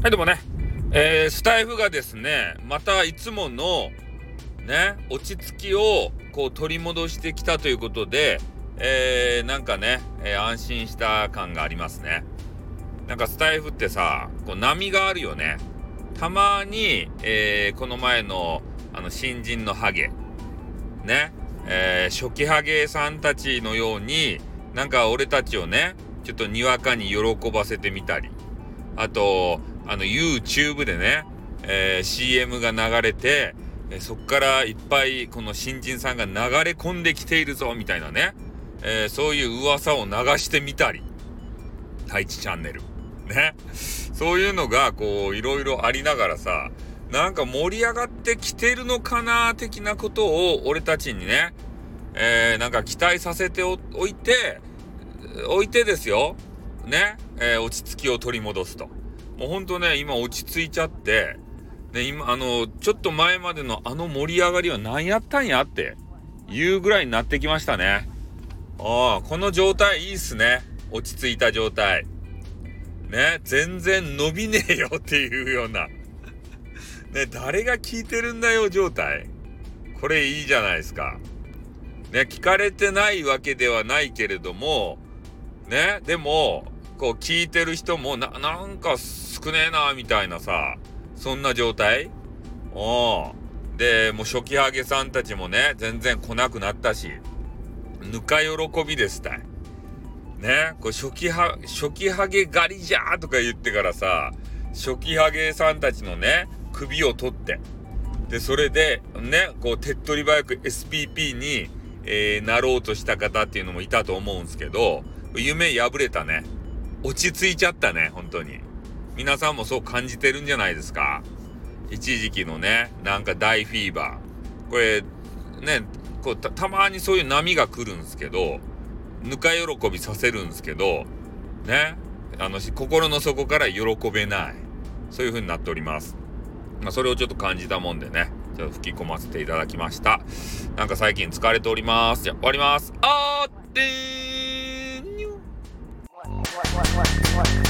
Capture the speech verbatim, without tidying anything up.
はい、でもね、えー、スタイフがですね、またいつものね、落ち着きをこう取り戻してきたということで、えー、なんかね、えー、安心した感がありますね。なんかスタイフってさ、こう波があるよね。たまに、えー、この前のあの新人のハゲ、ね、えー、初期ハゲさんたちのように、なんか俺たちをね、ちょっとにわかに喜ばせてみたり、あと、あの YouTube でね、えー、シーエム が流れて、えー、そっからいっぱいこの新人さんが流れ込んできているぞみたいなね、えー、そういう噂を流してみたり、太一チャンネルね、そういうのがこういろいろありながらさ、なんか盛り上がってきてるのかな的なことを俺たちにね、えー、なんか期待させておいておいてですよね、えー、落ち着きを取り戻すと。もうほんとね、今落ち着いちゃって、ね、今、あの、ちょっと前までのあの盛り上がりは何やったんやっていうぐらいになってきましたね。ああ、この状態いいっすね。落ち着いた状態。ね、全然伸びねえよっていうような。ね、誰が聞いてるんだよ状態。これいいじゃないですか。ね、聞かれてないわけではないけれども、ね、でも、こう聞いてる人もな、なんか少ねえな、みたいなさ、そんな状態。おー。で、もう初期ハゲさんたちもね、全然来なくなったし、ぬか喜びですたい。ね、こう初期ハ、初期ハゲ狩りじゃーとか言ってからさ、初期ハゲさんたちのね、首を取って、で、それで、ね、こう手っ取り早く エスピーピー に、えー、なろうとした方っていうのもいたと思うんですけど、夢破れたね。落ち着いちゃったね、本当に。皆さんもそう感じてるんじゃないですか。一時期のね、なんか大フィーバー。これ、ね、こう た, たまにそういう波が来るんですけど、ぬか喜びさせるんですけど、ね、あの、心の底から喜べない。そういう風になっております。まあ、それをちょっと感じたもんでね、ちょっと吹き込ませていただきました。なんか最近疲れております。じゃあ終わります。あーってーにゅ